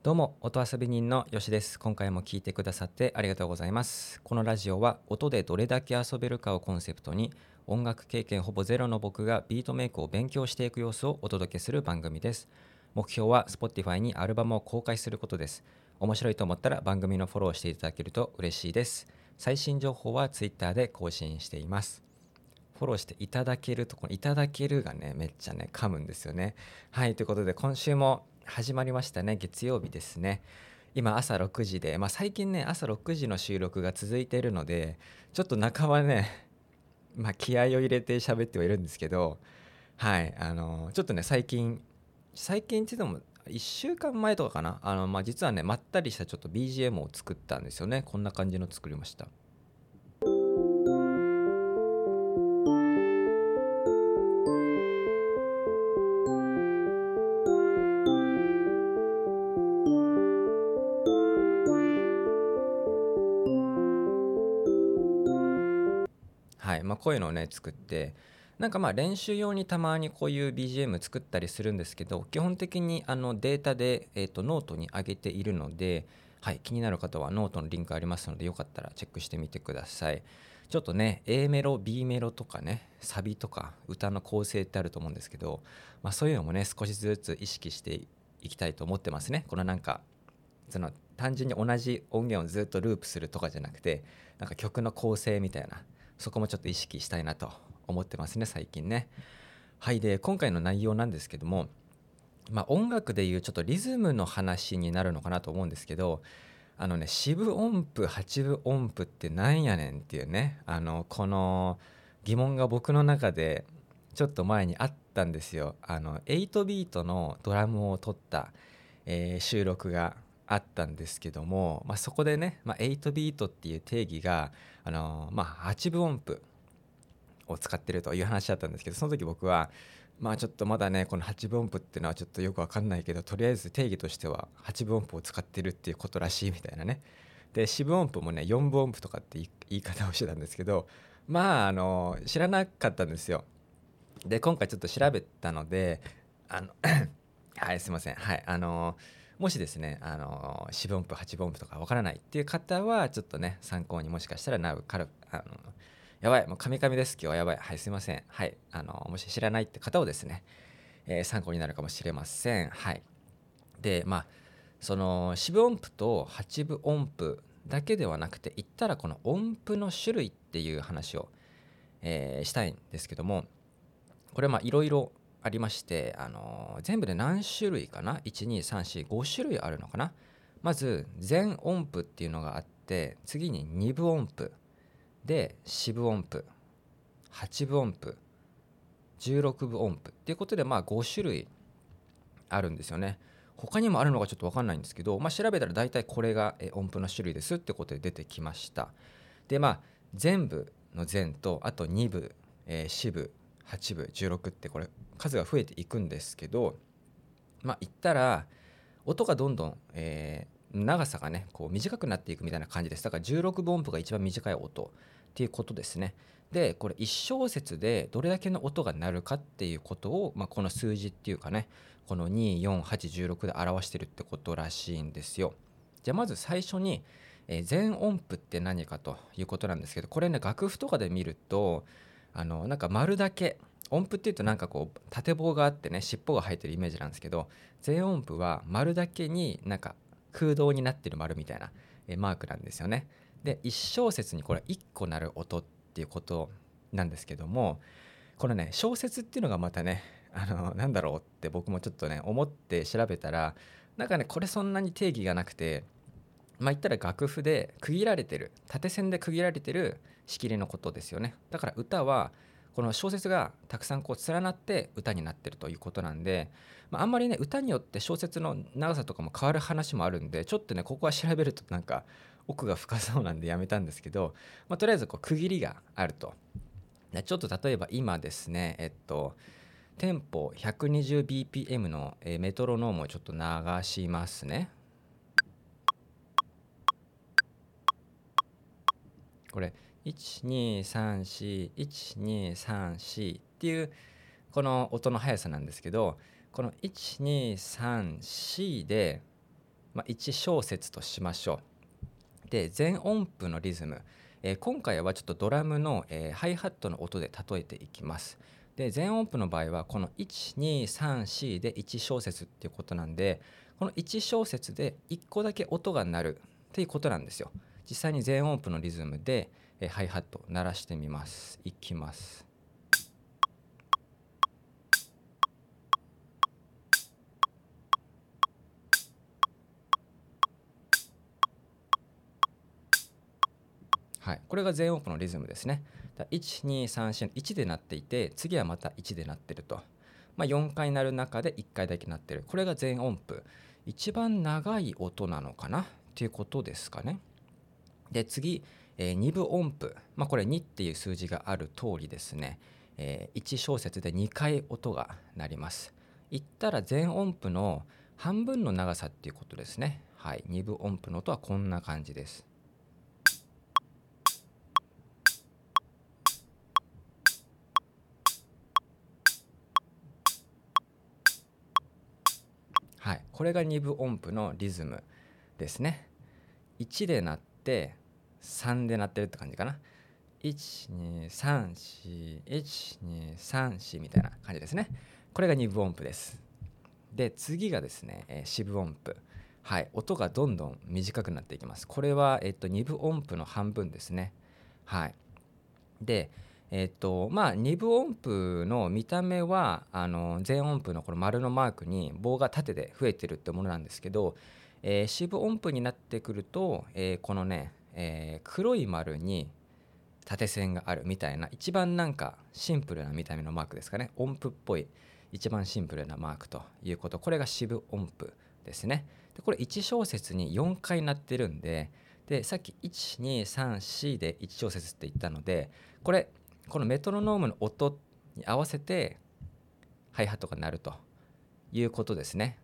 どうも、音遊び人のよしです。今回も聞いてくださってありがとうございます。このラジオは音でどれだけ遊べるかをコンセプトに、音楽経験ほぼゼロの僕がビートメイクを勉強していく様子をお届けする番組です。目標は Spotify にアルバムを公開することです。面白いと思ったら番組のフォローしていただけると嬉しいです。最新情報は Twitter で更新しています。フォローしていただけると、このいただけるがね、めっちゃね、噛むんですよね。はい、ということで今週も始まりましたね。月曜日ですね。今朝6時で、最近ね、朝6時の収録が続いているので、ちょっと半ばね、気合を入れて喋ってはいるんですけど、はい、ちょっとね、最近って言っても、1週間前とかかな、実はね、まったりしたちょっと BGM を作ったんですよね。こんな感じの作りました。はい、こういうのをね作って、なんか練習用にたまにこういう BGM 作ったりするんですけど、基本的にデータで、ノートに上げているので、はい、気になる方はノートのリンクありますので、よかったらチェックしてみてください。ちょっとね A メロ B メロとかね、サビとか歌の構成ってあると思うんですけど、そういうのもね少しずつ意識していきたいと思ってますね。このなんかその単純に同じ音源をずっとループするとかじゃなくて、なんか曲の構成みたいな、そこもちょっと意識したいなと思ってますね、最近ね。はい。で今回の内容なんですけども、音楽でいうちょっとリズムの話になるのかなと思うんですけど、四分音符八分音符ってなんやねんっていうね、この疑問が僕の中でちょっと前にあったんですよ。8ビートのドラムを取った、収録があったんですけども、そこでね、8ビートっていう定義が8分音符を使ってるという話だったんですけど、その時僕はちょっとまだねこの8分音符っていうのはちょっとよくわかんないけど、とりあえず定義としては8分音符を使ってるっていうことらしいみたいなね。で四分音符もね4分音符とかって言い方をしてたんですけど、知らなかったんですよ。で今回ちょっと調べたので、あのはいすいません、はい、もしですね四分音符八分音符とかわからないっていう方はちょっとね参考にもしかしたらなるから、やばいもうカミカミです今日は、やばい、はいすいません、はい、もし知らないって方をですね、参考になるかもしれません。はい。でその四分音符と八分音符だけではなくて、言ったらこの音符の種類っていう話を、したいんですけども、これいろいろありまして、全部で何種類かな、12345種類あるのかな。まず全音符っていうのがあって、次に二分音符で四分音符、八分音符、16分音符っていうことで5種類あるんですよね。他にもあるのかちょっと分かんないんですけど、調べたら大体これが音符の種類ですってことで出てきました。で全部の全と、あと2部、4部8部16ってこれ数が増えていくんですけど、言ったら音がどんどん、長さがねこう短くなっていくみたいな感じです。だから16分音符が一番短い音っていうことですね。でこれ1小節でどれだけの音が鳴るかっていうことを、この数字っていうかね、この24816で表してるってことらしいんですよ。じゃあまず最初に、全音符って何かということなんですけど、これね楽譜とかで見るとなんか丸だけ、音符っていうとなんかこう縦棒があってね尻尾が生えてるイメージなんですけど、全音符は丸だけになんか空洞になってる丸みたいなマークなんですよね。で1小節にこれ1個鳴る音っていうことなんですけども、このね小節っていうのがまたねなんだろうって僕もちょっとね思って調べたら、なんかねこれそんなに定義がなくて、言ったら楽譜で区切られてる、縦線で区切られてる仕切りのことですよね。だから歌はこの小節がたくさんこう連なって歌になってるということなんで、あんまりね歌によって小節の長さとかも変わる話もあるんで、ちょっとねここは調べるとなんか奥が深そうなんでやめたんですけど、とりあえずこう区切りがあると。でちょっと例えば今ですね、テンポ 120bpm のメトロノームをちょっと流しますね。これ1234123っていうこの音の速さなんですけど、この123 4で 1小節としましょう。で全音符のリズム、今回はちょっとドラムの、ハイハットの音で例えていきます。で全音符の場合はこの1234で1小節っていうことなんで、この1小節で1個だけ音が鳴るっていうことなんですよ。実際に全音符のリズムで、ハイハット鳴らしてみます。いきます。はい、これが全音符のリズムですね。12341の1で鳴っていて、次はまた1で鳴ってると、4回鳴る中で1回だけ鳴ってる、これが全音符、一番長い音なのかなっていうことですかね。で次、2部音符、これ2っていう数字がある通りですね、1小節で2回音が鳴ります。言ったら全音符の半分の長さっていうことですね。はい、2部音符の音はこんな感じです。はい、これが2部音符のリズムですね。1で鳴って3で鳴ってるって感じかな。12341234みたいな感じですね。これが2部音符です。で次がですね、四部音符。はい、音がどんどん短くなっていきます。これは、2部音符の半分ですね。はい。で2部音符の見た目は全音符のこの丸のマークに棒が縦で増えてるってものなんですけど、四部音符になってくると、このね、黒い丸に縦線があるみたいな、一番なんかシンプルな見た目のマークですかね。音符っぽい一番シンプルなマークということ、これが四部音符ですね。でこれ1小節に4回鳴ってるんで、さっき1234で1小節って言ったので、このメトロノームの音に合わせてハイハットが鳴るということですね。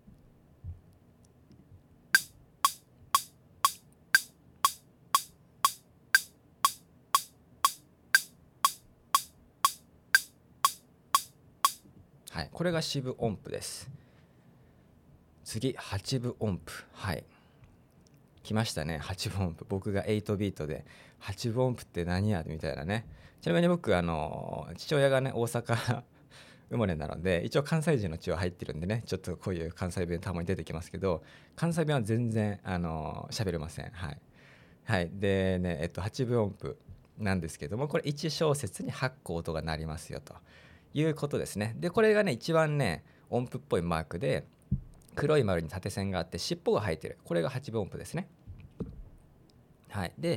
はい、これが四部音符です。次8部音符。はい、来ましたね、8分音符。僕が8ビートで8分音符って何やみたいなね。ちなみに僕父親がね大阪生まれなので、一応関西人の血は入ってるんでね、ちょっとこういう関西弁たまに出てきますけど、関西弁は全然喋れません。はい、はい、でね、8分音符なんですけども、これ1小節に8個音が鳴りますよということですね。でこれがね一番ね音符っぽいマークで、黒い丸に縦線があって尻尾が生えてる、これが8分音符ですね。はい、で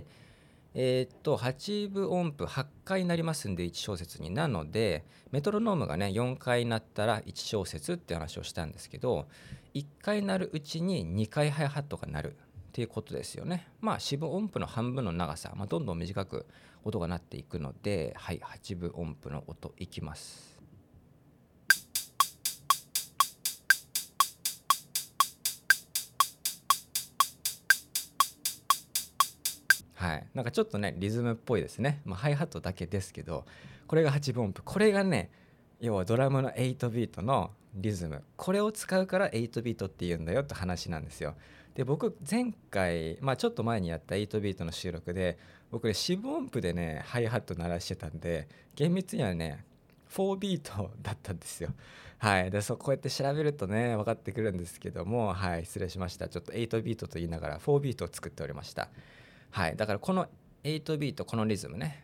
8分音符8回になりますんで1小節に、なのでメトロノームがね4回になったら1小節って話をしたんですけど、1回鳴るうちに2回ハイハットが鳴るっていうことですよね。四分音符の半分の長さ、どんどん短く音が鳴っていくので、はい、8分音符の音いきます。はい、なんかちょっとねリズムっぽいですね。ハイハットだけですけど、これが8分音符、これがね要はドラムの8ビートのリズム、これを使うから8ビートって言うんだよって話なんですよ。で僕前回、ちょっと前にやった8ビートの収録で、僕ね四分音符でねハイハット鳴らしてたんで、厳密にはね4ビートだったんですよ。はい、でこうやって調べるとね分かってくるんですけども、はい、失礼しました。ちょっと8ビートと言いながら4ビートを作っておりました。はい、だからこの8ビート、このリズムね、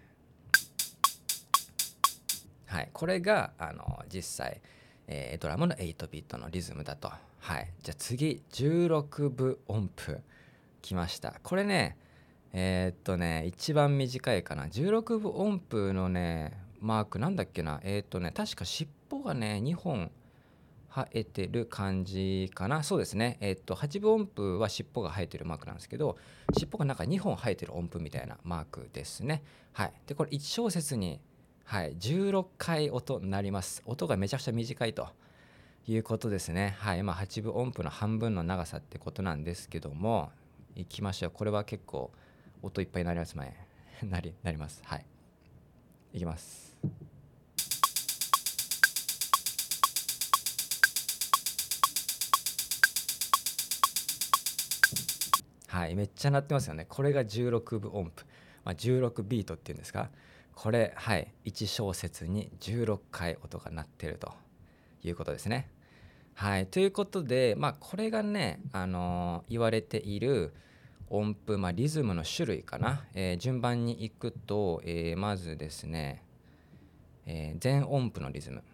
はい、これが実際、ドラムの8ビートのリズムだと。はい、じゃあ次16分音符きました。これね一番短いかな。16分音符のねマークなんだっけな。確か尻尾がね2本生えてる感じかな。そうですね。8分音符は尻尾が生えてるマークなんですけど、尻尾がなんか2本生えてる音符みたいなマークですね。はい。でこれ1小節に、はい、16回音になります。音がめちゃくちゃ短いということですね。はい。8分音符の半分の長さってことなんですけども、いきましょう。これは結構音いっぱいになりますね。なります。はい。いきます。 はい、めっちゃ鳴ってますよね。これが16分音符、16ビートっていうんですか。これ、はい、1小節に16回音が鳴ってるということですね。はい、ということで、これがね、言われている音符、リズムの種類かな。順番にいくと、まずですね、全音符のリズム。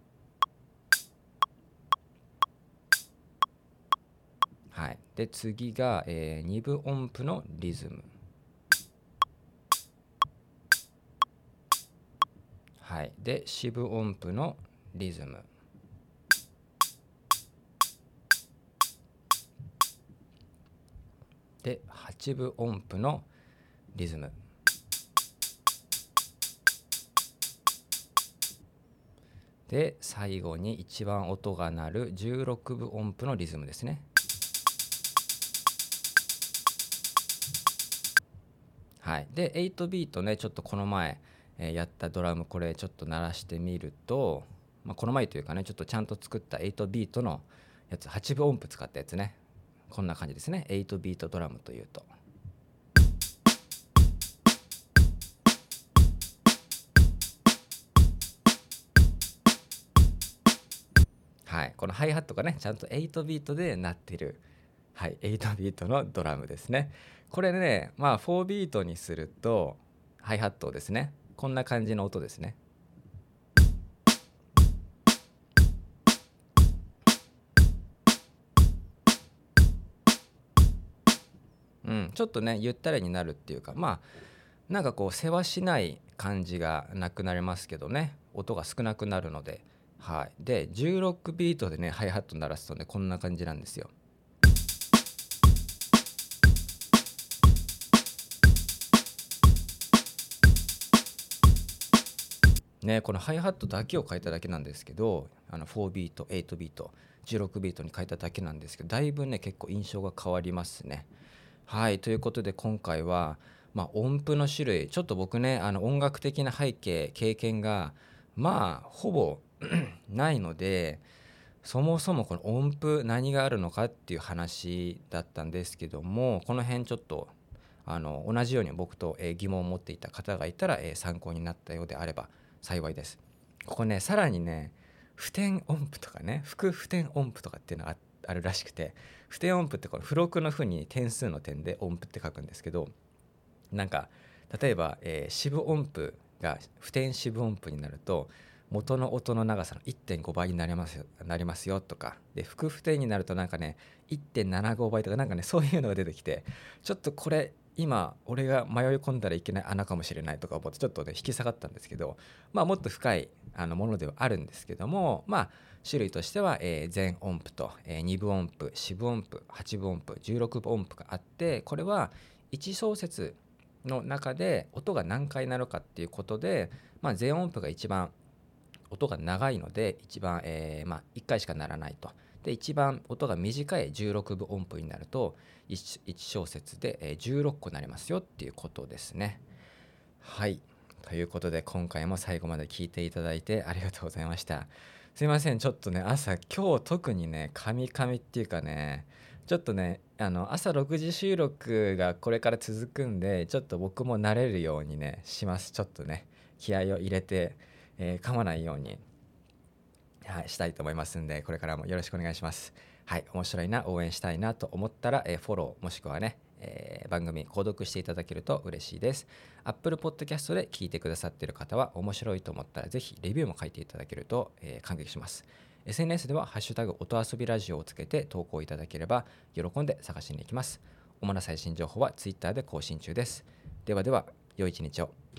はい、で次が、二分音符のリズム。はい、で四分音符のリズム。で八分音符のリズム。で最後に一番音が鳴る16分音符のリズムですね。はい、で8ビートね、ちょっとこの前、やったドラム、これちょっと鳴らしてみると、この前というかね、ちょっとちゃんと作った8ビートのやつ、8分音符使ったやつね、こんな感じですね。8ビートドラムというと、はい、このハイハットがねちゃんと8ビートで鳴ってる、はい、8ビートのドラムですね。これね、4ビートにするとハイハットですね、こんな感じの音ですね。ちょっとねゆったりになるっていうか、なんかこうせわしない感じがなくなりますけどね、音が少なくなるので、はい、で16ビートでねハイハット鳴らすとねこんな感じなんですよ。ね、このハイハットだけを変えただけなんですけど、4ビート8ビート16ビートに変えただけなんですけど、だいぶね結構印象が変わりますね。はい、ということで今回は、音符の種類、ちょっと僕ね音楽的な背景経験がほぼないので、そもそもこの音符何があるのかっていう話だったんですけども、この辺ちょっと同じように僕と疑問を持っていた方がいたら参考になったようであれば幸いです。ここねさらにね付点音符とかね副付点音符とかっていうのがあるらしくて、付点音符ってこの付録の符に点数の点で音符って書くんですけど、なんか例えば、四分音符が付点四分音符になると元の音の長さの 1.5 倍になりますよとかで、副付点になるとなんかね 1.75 倍とかなんかねそういうのが出てきて、ちょっとこれ今俺が迷い込んだらいけない穴かもしれないとか思ってちょっとね引き下がったんですけど、もっと深いものではあるんですけども、種類としては、全音符と、二分音符四分音符八分音符16分音符があって、これは1小節の中で音が何回なるかっていうことで、全音符が一番音が長いので一番、1回しかならないと。で一番音が短い16分音符になると 1小節で16個になりますよっていうことですね。はい、ということで今回も最後まで聞いていただいてありがとうございました。すいません、ちょっとね今日特にねカミカミっていうかね、ちょっとね朝6時収録がこれから続くんで、ちょっと僕も慣れるようにねします。ちょっとね気合を入れて、噛まないように、はい、したいと思いますんで、これからもよろしくお願いします。はい、面白いな、応援したいなと思ったら、フォローもしくはね、番組購読していただけると嬉しいです。Apple Podcast で聞いてくださっている方は面白いと思ったらぜひレビューも書いていただけると、感激します。SNS ではハッシュタグ音遊びラジオをつけて投稿いただければ喜んで探しに行きます。主な最新情報は Twitter で更新中です。ではでは、良い一日を。